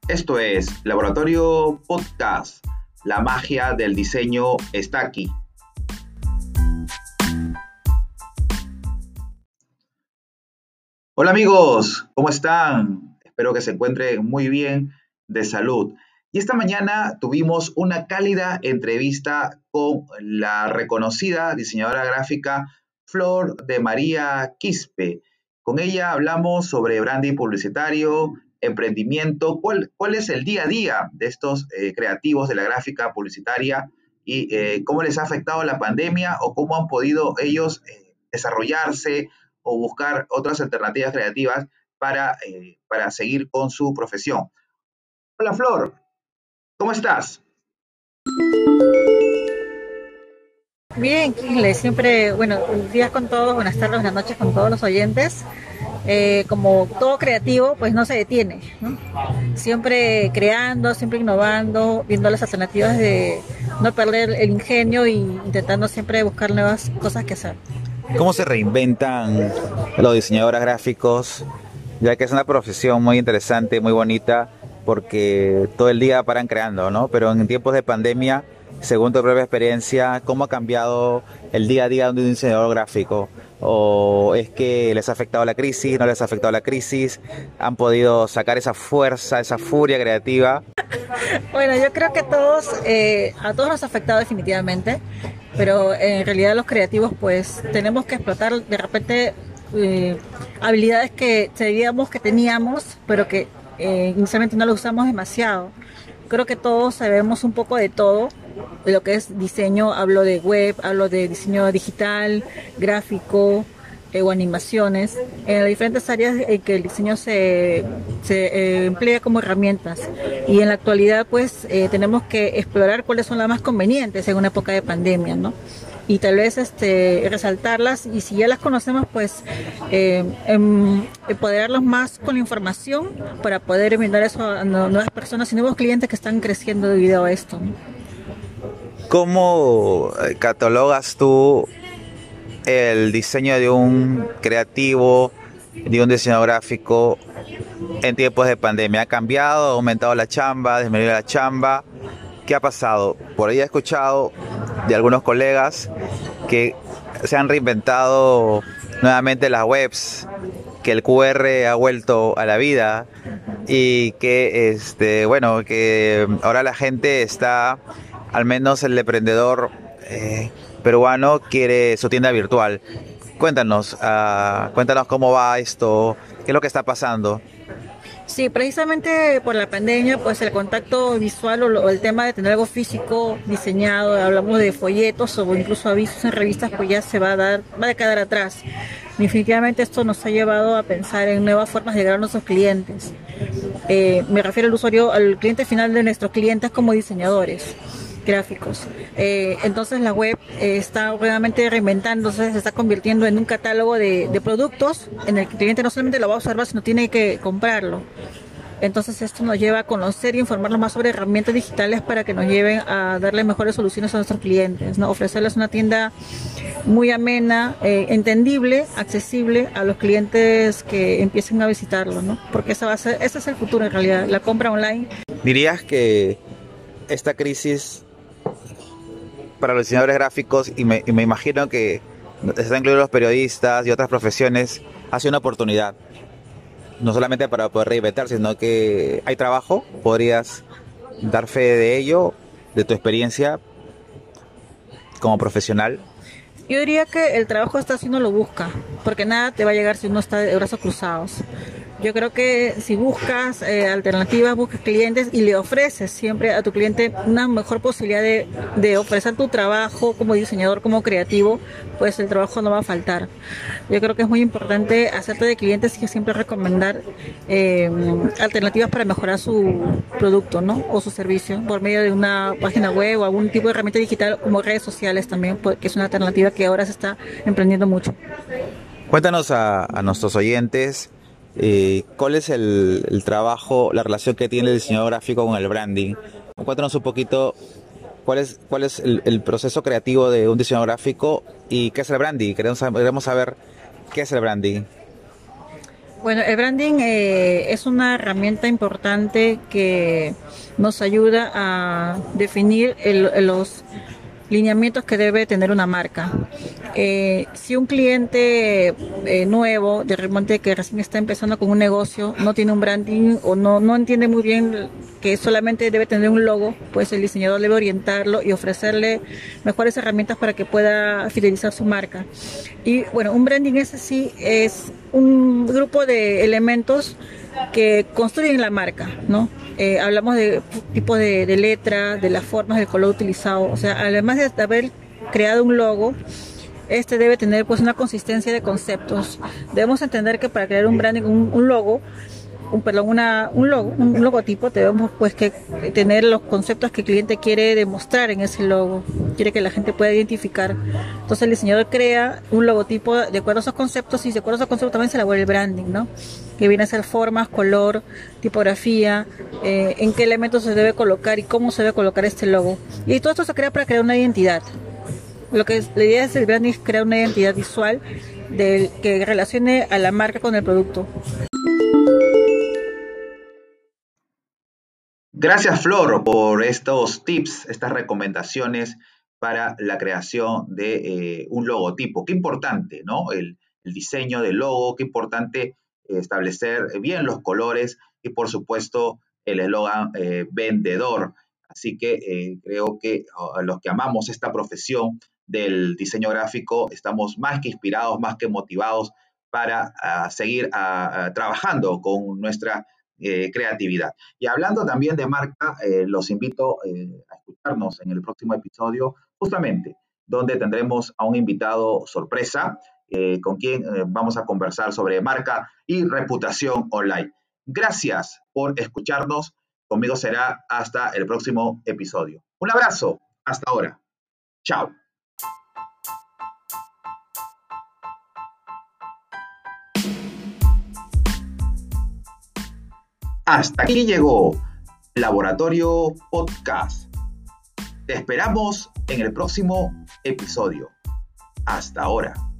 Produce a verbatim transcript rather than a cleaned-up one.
Esto es Laboratorio Podcast. La magia del diseño está aquí. Hola amigos, ¿cómo están? Espero que se encuentren muy bien de salud. Y esta mañana tuvimos una cálida entrevista con la reconocida diseñadora gráfica Flor de María Quispe. Con ella hablamos sobre branding publicitario, emprendimiento, cuál, cuál es el día a día de estos eh, creativos de la gráfica publicitaria y eh, cómo les ha afectado la pandemia o cómo han podido ellos eh, desarrollarse o buscar otras alternativas creativas para, eh, para seguir con su profesión. Hola Flor, ¿cómo estás? Bien, Kinley, siempre, bueno, buenos días con todos, buenas tardes, buenas noches con todos los oyentes. Eh, como todo creativo, pues no se detiene, ¿no? Siempre creando, siempre innovando, viendo las alternativas de no perder el ingenio y intentando siempre buscar nuevas cosas que hacer. ¿Cómo se reinventan los diseñadores gráficos? Ya que es una profesión muy interesante, muy bonita, porque todo el día paran creando, ¿no? Pero en tiempos de pandemia, según tu propia experiencia, ¿cómo ha cambiado el día a día de un diseñador gráfico? ¿O es que les ha afectado la crisis, no les ha afectado la crisis? ¿Han podido sacar esa fuerza, esa furia creativa? Bueno, yo creo que todos, eh, a todos nos ha afectado definitivamente, pero en realidad los creativos pues tenemos que explotar de repente eh, habilidades que sabíamos que teníamos, pero que eh, inicialmente no las usamos demasiado. Creo que todos sabemos un poco de todo, de lo que es diseño. Hablo de web, hablo de diseño digital, gráfico eh, o animaciones, en las diferentes áreas en que el diseño se, se eh, emplea como herramientas. Y en la actualidad pues eh, tenemos que explorar cuáles son las más convenientes en una época de pandemia, ¿no? Y tal vez este, resaltarlas, y si ya las conocemos, pues eh, em, empoderarlos más con la información para poder brindar eso a nuevas personas y nuevos clientes que están creciendo debido a esto, ¿no? ¿Cómo catalogas tú el diseño de un creativo, de un diseñador gráfico en tiempos de pandemia? ¿Ha cambiado, ha aumentado la chamba, ha disminuido la chamba? ¿Qué ha pasado? Por ahí he escuchado de algunos colegas que se han reinventado nuevamente las webs, que el Q R ha vuelto a la vida y que este bueno que ahora la gente está, al menos el emprendedor eh, peruano quiere su tienda virtual. Cuéntanos, uh, cuéntanos cómo va esto, qué es lo que está pasando. Sí, precisamente por la pandemia, pues el contacto visual o, lo, o el tema de tener algo físico diseñado, hablamos de folletos o incluso avisos en revistas, pues ya se va a dar, va a quedar atrás. Definitivamente esto nos ha llevado a pensar en nuevas formas de llegar a nuestros clientes. Eh, me refiero al usuario, al cliente final de nuestros clientes como diseñadores gráficos. Eh, entonces la web eh, está realmente reinventándose, se está convirtiendo en un catálogo de, de productos en el que el cliente no solamente lo va a observar, sino tiene que comprarlo. Entonces esto nos lleva a conocer y informarnos más sobre herramientas digitales para que nos lleven a darle mejores soluciones a nuestros clientes, ¿no? Ofrecerles una tienda muy amena, eh, entendible, accesible a los clientes que empiecen a visitarlo, ¿no? Porque esa va a ser, ese es el futuro en realidad, la compra online. ¿Dirías que esta crisis para los diseñadores gráficos, y me, y me imagino que están incluidos los periodistas y otras profesiones, ha sido una oportunidad? No solamente para poder reinventar, sino que hay trabajo? ¿Podrías dar fe de ello, de tu experiencia como profesional? Yo diría que el trabajo está si uno lo busca, porque nada te va a llegar si uno está de brazos cruzados. Yo creo que si buscas eh, alternativas, buscas clientes y le ofreces siempre a tu cliente una mejor posibilidad de, de ofrecer tu trabajo como diseñador, como creativo, pues el trabajo no va a faltar. Yo creo que es muy importante hacerte de clientes y siempre recomendar eh, alternativas para mejorar su producto, ¿no? O su servicio por medio de una página web o algún tipo de herramienta digital, como redes sociales también, que es una alternativa que ahora se está emprendiendo mucho. Cuéntanos a, a nuestros oyentes eh, cuál es el, el trabajo, la relación que tiene el diseñador gráfico con el branding. Cuéntanos un poquito cuál es, cuál es el, el proceso creativo de un diseñador gráfico y qué es el branding. Queremos, queremos saber qué es el branding. Bueno, el branding eh, es una herramienta importante que nos ayuda a definir el, los lineamientos que debe tener una marca. Eh, si un cliente eh, nuevo, de repente que recién está empezando con un negocio, no tiene un branding o no, no entiende muy bien que solamente debe tener un logo, pues el diseñador debe orientarlo y ofrecerle mejores herramientas para que pueda fidelizar su marca. Y bueno, un branding es así, es un grupo de elementos que construyen la marca, ¿no? Eh, hablamos de tipo de, de letra, de las formas, del color utilizado. O sea, además de haber creado un logo, este debe tener pues una consistencia de conceptos. Debemos entender que para crear un branding, un, un logo, un, perdón, una, un logo, un logotipo, debemos pues que tener los conceptos que el cliente quiere demostrar en ese logo, quiere que la gente pueda identificar. Entonces el diseñador crea un logotipo de acuerdo a esos conceptos y de acuerdo a esos conceptos también se elabora el branding, ¿no? Que viene a ser formas, color, tipografía, eh, en qué elementos se debe colocar y cómo se debe colocar este logo. Y todo esto se crea para crear una identidad. Lo que es, la idea es el branding es crear una identidad visual del, que relacione a la marca con el producto. Gracias, Flor, por estos tips, estas recomendaciones para la creación de eh, un logotipo. Qué importante, ¿no? El, el diseño del logo, qué importante eh, establecer bien los colores y, por supuesto, el eslogan eh, vendedor. Así que eh, creo que a los que amamos esta profesión del diseño gráfico estamos más que inspirados, más que motivados para uh, seguir uh, uh, trabajando con nuestra Eh, creatividad. Y hablando también de marca, eh, los invito eh, a escucharnos en el próximo episodio, justamente donde tendremos a un invitado sorpresa eh, con quien eh, vamos a conversar sobre marca y reputación online. Gracias por escucharnos. Conmigo será hasta el próximo episodio. Un abrazo. Hasta ahora. Chao. Hasta aquí llegó Laboratorio Podcast. Te esperamos en el próximo episodio. Hasta ahora.